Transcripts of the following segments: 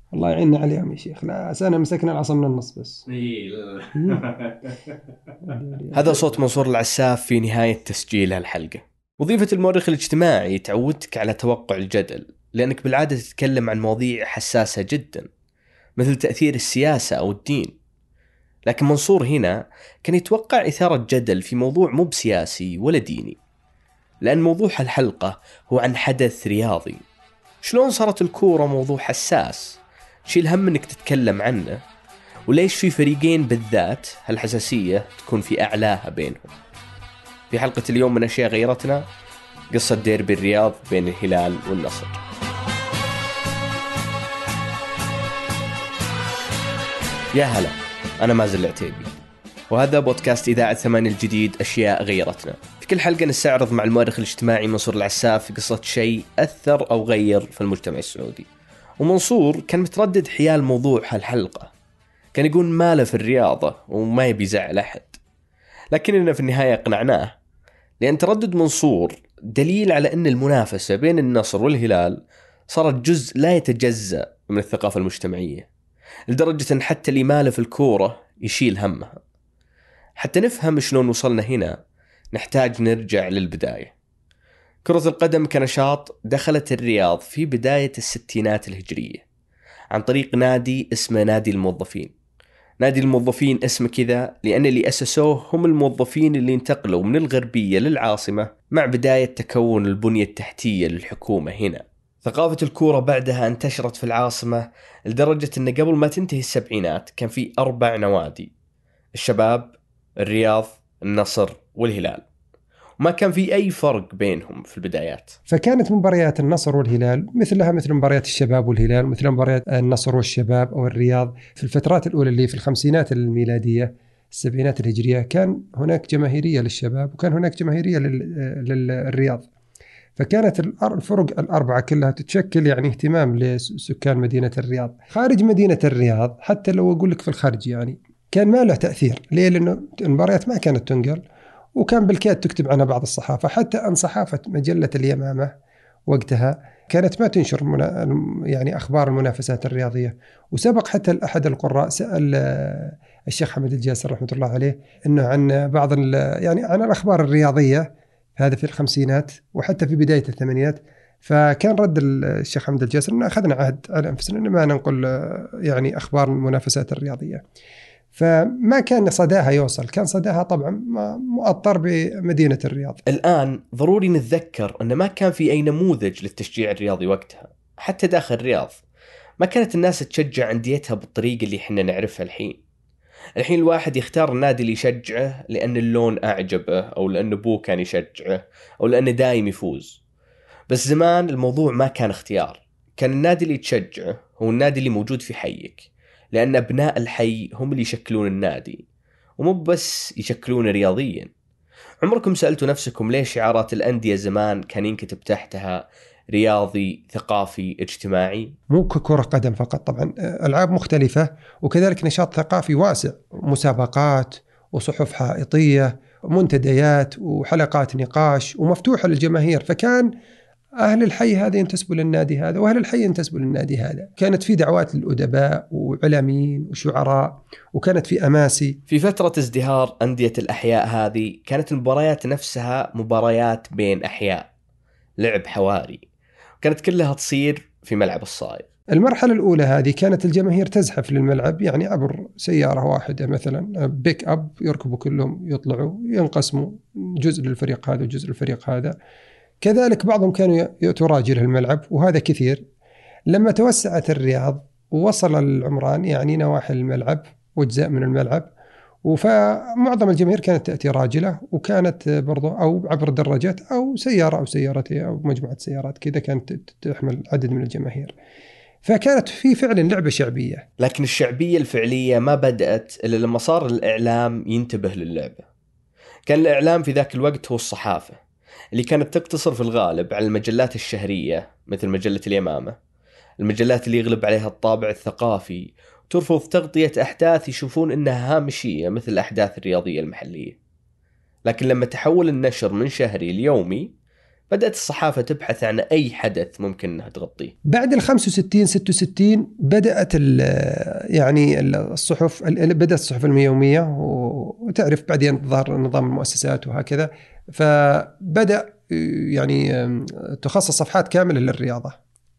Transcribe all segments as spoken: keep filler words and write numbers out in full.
الله يعيننا عليهم يا شيخ. لا سنة مسكنا العصا من النص بس. إيه لا مم. هذا صوت منصور العساف في نهاية تسجيل هالحلقة. وظيفة المؤرخ الاجتماعي تعودك على توقع الجدل، لأنك بالعادة تتكلم عن مواضيع حساسة جدا مثل تأثير السياسة أو الدين. لكن منصور هنا كان يتوقع إثارة جدل في موضوع مو بسياسي ولا ديني، لأن موضوع الحلقة هو عن حدث رياضي. شلون صارت الكورة موضوع حساس شيل هم انك تتكلم عنه، وليش في فريقين بالذات هالحساسية تكون في أعلاها بينهم؟ في حلقة اليوم من أشياء غيرتنا، قصة ديربي الرياض بين الهلال والنصر. يا هلا، أنا مازل العتيبي، وهذا بودكاست إذاعة ثمانية الجديد أشياء غيرتنا. في كل حلقة نستعرض مع المؤرخ الاجتماعي منصور العساف قصة شيء أثر أو غير في المجتمع السعودي. ومنصور كان متردد حيال موضوع هالحلقة، كان يقول ماله في الرياضة وما يبي يزعل أحد، لكننا في النهاية قنعناه، لأن تردد منصور دليل على أن المنافسة بين النصر والهلال صارت جزء لا يتجزأ من الثقافة المجتمعية، لدرجة أن حتى اللي ماله في الكورة يشيل همها. حتى نفهم شلون وصلنا هنا نحتاج نرجع للبداية. كرة القدم كنشاط دخلت الرياض في بداية الستينات الهجرية عن طريق نادي اسمه نادي الموظفين. نادي الموظفين اسمه كذا لأن اللي أسسوه هم الموظفين اللي انتقلوا من الغربية للعاصمة مع بداية تكون البنية التحتية للحكومة هنا. ثقافة الكورة بعدها انتشرت في العاصمة لدرجة أن قبل ما تنتهي السبعينات كان في أربع نوادي: الشباب، الرياض، النصر والهلال، وما كان في أي فرق بينهم في البدايات. فكانت مباريات النصر والهلال مثلها مثل مباريات الشباب والهلال، مثل مباريات النصر والشباب أو الرياض. في الفترات الأولى اللي في الخمسينات الميلادية السبعينات الهجرية كان هناك جماهيرية للشباب وكان هناك جماهيرية للرياض. فكانت الفرق الأربعة كلها تتشكل يعني اهتمام لسكان مدينة الرياض. خارج مدينة الرياض حتى لو أقول لك في الخارج يعني كان ما له تأثير. ليه؟ لأنه المباريات ما كانت تنقل، وكان بالكاد تكتب عنها بعض الصحافة، حتى أن صحافة مجلة اليمامة وقتها كانت ما تنشر منا يعني أخبار المنافسات الرياضية. وسبق حتى أحد القراء سأل الشيخ حمد الجاسر رحمة الله عليه إنه عن بعض يعني عن الأخبار الرياضية، هذا في الخمسينات وحتى في بداية الثمانينات. فكان رد الشيخ حمد الجاسر إنه أخذنا عهد على أنفسنا إنه ما ننقل يعني أخبار المنافسات الرياضية. فما كان صداها يوصل، كان صداها طبعا مؤطر بمدينة الرياض. الآن ضروري نتذكر أن ما كان في أي نموذج للتشجيع الرياضي وقتها. حتى داخل الرياض ما كانت الناس تشجع أنديتها بالطريقة اللي حنا نعرفها الحين. الحين الواحد يختار النادي اللي يشجعه لأن اللون أعجبه، أو لأن أبوه كان يشجعه، أو لأنه دايم يفوز. بس زمان الموضوع ما كان اختيار، كان النادي اللي تشجعه هو النادي اللي موجود في حيك، لأن أبناء الحي هم اللي يشكلون النادي، ومو بس يشكلون رياضيا. عمركم سألتوا نفسكم ليش شعارات الأندية زمان كان ينكتب تحتها رياضي، ثقافي، اجتماعي؟ مو كرة قدم فقط، طبعا ألعاب مختلفة، وكذلك نشاط ثقافي واسع، مسابقات وصحف حائطية ومنتديات وحلقات نقاش ومفتوحة للجماهير. فكان أهل الحي هذا ينتسبوا للنادي هذا وأهل الحي ينتسبوا للنادي هذا. كانت في دعوات للأدباء وعلمين وشعراء، وكانت في أماسي. في فترة ازدهار أندية الأحياء هذه كانت المباريات نفسها مباريات بين أحياء، لعب حواري، كانت كلها تصير في ملعب الصايغ. المرحلة الأولى هذه كانت الجماهير تزحف للملعب يعني عبر سيارة واحدة مثلا بيك أب، يركبوا كلهم يطلعوا ينقسموا، جزء للفريق هذا وجزء للفريق هذا. كذلك بعضهم كانوا يأتوا راجل الملعب، وهذا كثير. لما توسعت الرياض ووصل العمران يعني نواحي الملعب واجزاء من الملعب، فمعظم الجماهير كانت تأتي راجلة، وكانت برضو أو عبر دراجات أو سيارة أو سيارتين أو مجموعة سيارات كذا كانت تحمل عدد من الجماهير. فكانت في فعلا لعبة شعبية. لكن الشعبية الفعلية ما بدأت إلا لما صار الإعلام ينتبه للعبة. كان الإعلام في ذاك الوقت هو الصحافة، اللي كانت تقتصر في الغالب على المجلات الشهرية مثل مجلة اليمامة، المجلات اللي يغلب عليها الطابع الثقافي، ترفض تغطية أحداث يشوفون إنها هامشية مثل الأحداث الرياضية المحلية. لكن لما تحول النشر من شهري ليومي بدأت الصحافة تبحث عن أي حدث ممكن أنها تغطيه. بعد ال خمسة وستين ستة وستين بدأت يعني الصحف بدأت الصحف اليومية، وتعرف بعدين ظهر نظام المؤسسات وهكذا، فبدأ يعني تخصص صفحات كاملة للرياضة،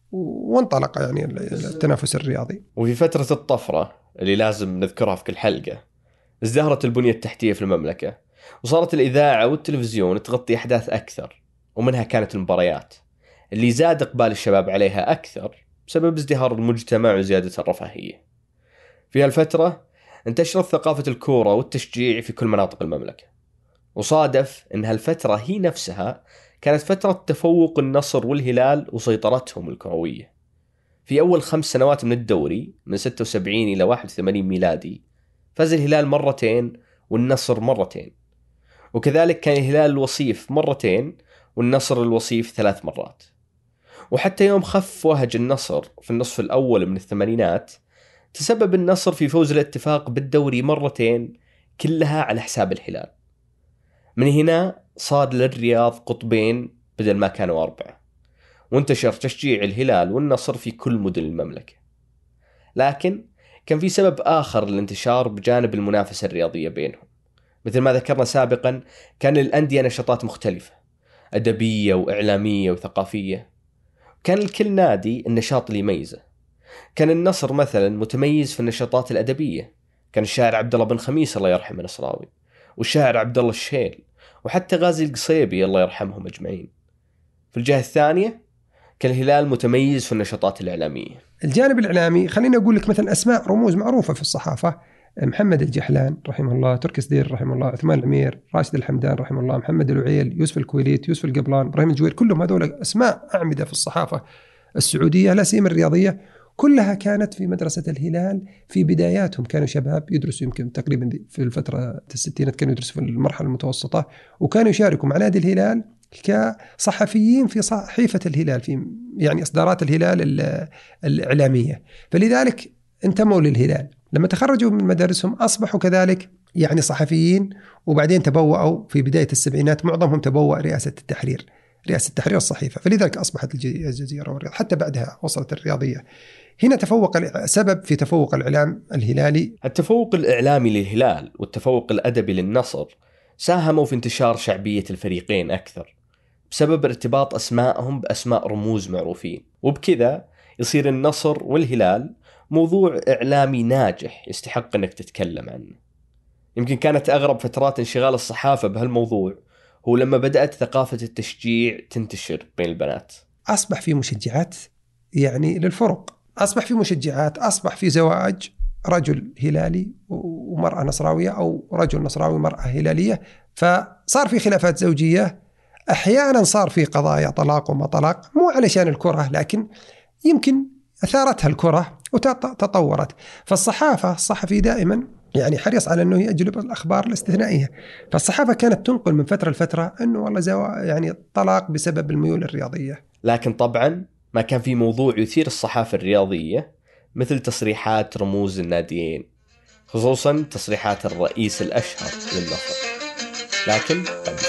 وانطلق يعني التنافس الرياضي. وفي فترة الطفرة اللي لازم نذكرها في كل حلقة، ازدهرت البنية التحتية في المملكة، وصارت الإذاعة والتلفزيون تغطي أحداث أكثر، ومنها كانت المباريات اللي زاد إقبال الشباب عليها أكثر بسبب ازدهار المجتمع وزيادة الرفاهية. في هالفترة انتشرت ثقافة الكورة والتشجيع في كل مناطق المملكة، وصادف أن هالفترة هي نفسها كانت فترة تفوق النصر والهلال وسيطرتهم الكروية. في أول خمس سنوات من الدوري من ستة وسبعين إلى واحد وثمانين ميلادي فاز الهلال مرتين والنصر مرتين، وكذلك كان الهلال الوصيف مرتين والنصر الوصيف ثلاث مرات. وحتى يوم خف وهج النصر في النصف الأول من الثمانينات تسبب النصر في فوز الاتفاق بالدوري مرتين كلها على حساب الهلال. من هنا صار للرياض قطبين بدل ما كانوا أربعة، وانتشر تشجيع الهلال والنصر في كل مدن المملكة. لكن كان في سبب آخر للانتشار بجانب المنافسة الرياضية بينهم. مثل ما ذكرنا سابقا، كان للأندية نشاطات مختلفة، أدبية وإعلامية وثقافية، كان لكل نادي النشاط اللي يميزه. كان النصر مثلا متميز في النشاطات الأدبية، كان الشاعر عبد الله بن خميس الله يرحمه النصراوي، والشاعر عبد الله الشهيل، وحتى غازي القصيبي الله يرحمهم أجمعين. في الجهة الثانية كان الهلال متميز في النشاطات الإعلامية. الجانب الإعلامي خلينا أقول لك مثلا أسماء رموز معروفة في الصحافة: محمد الجحلان رحمه الله، تركي صدير رحمه الله، عثمان الأمير، راشد الحمدان رحمه الله، محمد العويل، يوسف الكويليت، يوسف القبلان، إبراهيم الجوير، كلهم هذول أسماء أعمدة في الصحافة السعودية لا سيما الرياضية، كلها كانت في مدرسة الهلال في بداياتهم. كانوا شباب يدرسوا يمكن تقريبا في الفترة الستينات، كانوا يدرسوا في المرحلة المتوسطة، وكانوا يشاركوا مع نادي الهلال كصحفيين في صحيفة الهلال، في يعني إصدارات الهلال الإعلامية. فلذلك انتموا للهلال. لما تخرجوا من مدارسهم أصبحوا كذلك يعني صحفيين، وبعدين تبوأوا في بداية السبعينات، معظمهم تبوأ رئاسة التحرير رئاسة التحرير الصحيفة، فلذلك أصبحت الجزيرة والرياض. حتى بعدها وصلت الرياضية. هنا تفوق سبب في تفوق الإعلام الهلالي. التفوق الإعلامي للهلال والتفوق الأدبي للنصر ساهموا في انتشار شعبية الفريقين أكثر بسبب ارتباط أسمائهم بأسماء رموز معروفين، وبكذا يصير النصر والهلال موضوع إعلامي ناجح يستحق أنك تتكلم عنه. يمكن كانت أغرب فترات انشغال الصحافة بهالموضوع هو لما بدأت ثقافة التشجيع تنتشر بين البنات. أصبح في مشجعات يعني للفرق، أصبح في مشجعات، أصبح في زواج رجل هلالي ومرأة نصراوية، أو رجل نصراوي ومرأة هلالية، فصار في خلافات زوجية. أحيانا صار في قضايا طلاق وما طلاق، مو علشان الكرة، لكن يمكن أثارتها الكرة وتطورت. فالصحافة الصحفي دائما يعني حريص على أنه يجلب الأخبار الاستثنائية. فالصحافة كانت تنقل من فترة لفترة أنه والله زوا يعني طلاق بسبب الميول الرياضية. لكن طبعا ما كان في موضوع يثير الصحافة الرياضية مثل تصريحات رموز الناديين، خصوصا تصريحات الرئيس الأشهر للنصر. لكن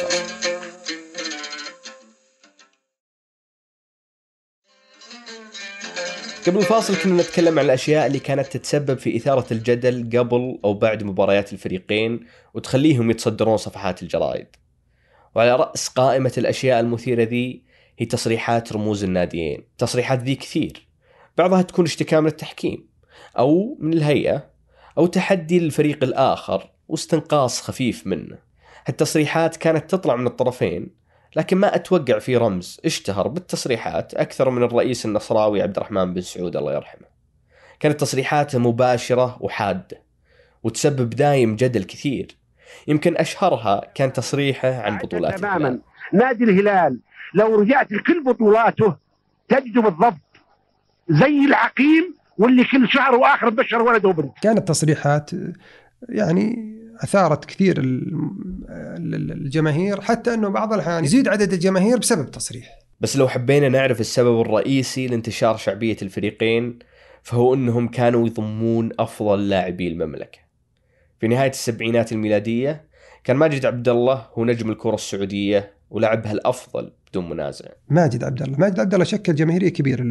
قبل الفاصل كنا نتكلم عن الأشياء اللي كانت تتسبب في إثارة الجدل قبل أو بعد مباريات الفريقين وتخليهم يتصدرون صفحات الجرائد. وعلى رأس قائمة الأشياء المثيرة ذي هي تصريحات رموز الناديين. تصريحات ذي كثير، بعضها تكون اشتكاء من التحكيم أو من الهيئة أو تحدي للفريق الآخر واستنقاص خفيف منه. هالتصريحات كانت تطلع من الطرفين، لكن ما أتوقع في رمز اشتهر بالتصريحات أكثر من الرئيس النصراوي عبد الرحمن بن سعود الله يرحمه. كانت تصريحاته مباشرة وحادة وتسبب دايم جدل كثير. يمكن أشهرها كان تصريحه عن بطولات تماما الهلال. نادي الهلال لو رجعت لكل بطولاته تجده بالضبط زي العقيم واللي كل شهر وآخر بشر ولده وبنت. كانت تصريحات يعني أثارت كثير الجماهير، حتى أنه بعض الأحيان يزيد عدد الجماهير بسبب تصريح. بس لو حبينا نعرف السبب الرئيسي لانتشار شعبية الفريقين فهو أنهم كانوا يضمون أفضل لاعبي المملكة. في نهاية السبعينات الميلادية كان ماجد عبد الله هو نجم الكرة السعودية ولعبها الأفضل بدون منازع. ماجد عبد الله ماجد عبد الله شكل جماهيرية كبيرة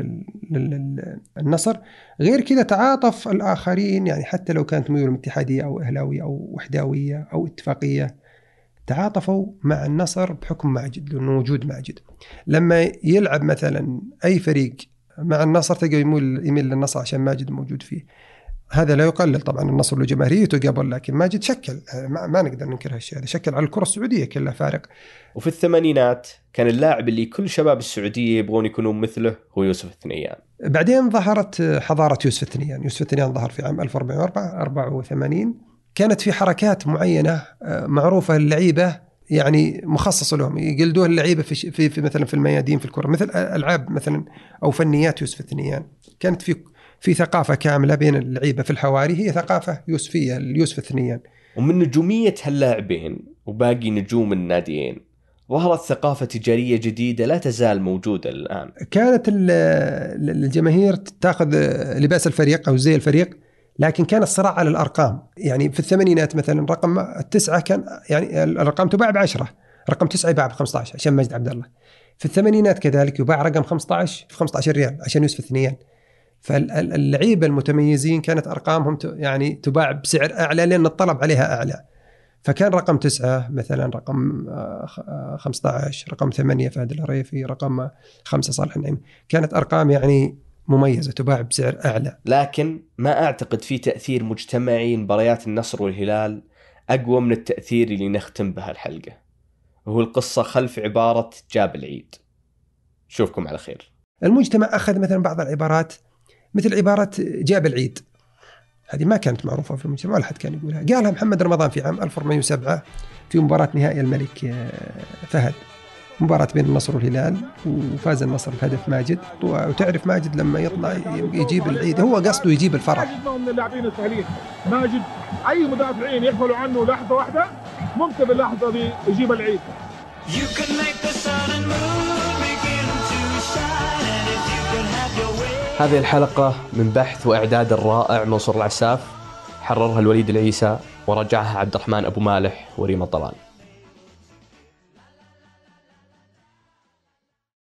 للنصر. غير كذا تعاطف الآخرين، يعني حتى لو كانت ميولهم اتحادية أو أهلاوية أو وحداوية أو اتفاقية، تعاطفوا مع النصر بحكم ماجد، لأنه وجود ماجد. لما يلعب مثلا أي فريق مع النصر تلقى يميل يميل للنصر عشان ماجد موجود فيه. هذا لا يقلل طبعا النصر له جماهيريته قبل، لكن ماجد شكل، ما, ما نقدر ننكر هالشيء، هذا شكل على الكرة السعودية كلها فارق. وفي الثمانينات كان اللاعب اللي كل شباب السعودية يبغون يكونون مثله هو يوسف الثنيان. بعدين ظهرت حضارة يوسف الثنيان. يوسف الثنيان ظهر في عام ألف وأربعمائة وأربعة وثمانين. كانت في حركات معينة معروفة للعيبة، يعني مخصصة لهم يقلدوها اللعيبة في, في, في مثلا في الميادين في الكرة، مثل ألعاب مثلا أو فنيات يوسف الثنيان. كانت في في ثقافة كاملة بين اللعيبة في الحواري، هي ثقافة يوسفية ليوسف الثنيان. ومن نجومية هاللاعبين وباقي نجوم الناديين ظهرت ثقافة تجارية جديدة لا تزال موجودة الآن. كانت الجماهير تأخذ لباس الفريق أو زي الفريق، لكن كان الصراع على الأرقام. يعني في الثمانينات مثلا رقم التسعة كان يعني الأرقام تباع بعشرة، رقم تسعة يباع بخمسة عشر عشان ماجد عبد الله. في الثمانينات كذلك يباع رقم خمسة عشر في خمسة عشر ريال عشان يوسف الثنيان. فاللعيبة المتميزين كانت أرقامهم يعني تباع بسعر أعلى لأن الطلب عليها أعلى. فكان رقم تسعة مثلا، رقم خمسة عشر، رقم ثمانية فهد الهريفي، رقم خمسة صالح النعيم، كانت أرقام يعني مميزة تباع بسعر أعلى. لكن ما أعتقد في تأثير مجتمعي مباريات النصر والهلال أقوى من التأثير اللي نختم بها الحلقة، وهو القصة خلف عبارة جاب العيد. شوفكم على خير. المجتمع أخذ مثلا بعض العبارات مثل عبارة جاب العيد، هذه ما كانت معروفة في المجتمع ولا حد كان يقولها. قالها محمد رمضان في عام ألف وأربعمائة وسبعة في مباراة نهائي الملك فهد، مباراة بين النصر والهلال، وفاز النصر بهدف ماجد. وتعرف ماجد لما يطلع يجيب العيد هو قصده يجيب الفرح. من اللاعبين السهلين ماجد، أي مدافعين يغفلوا عنه لحظة واحدة ممكن باللحظة دي يجيب العيد. هذه الحلقة من بحث وإعداد الرائع منصور العساف، حررها الوليد العيسى ورجعها عبد الرحمن أبو مالح وريم الطلال.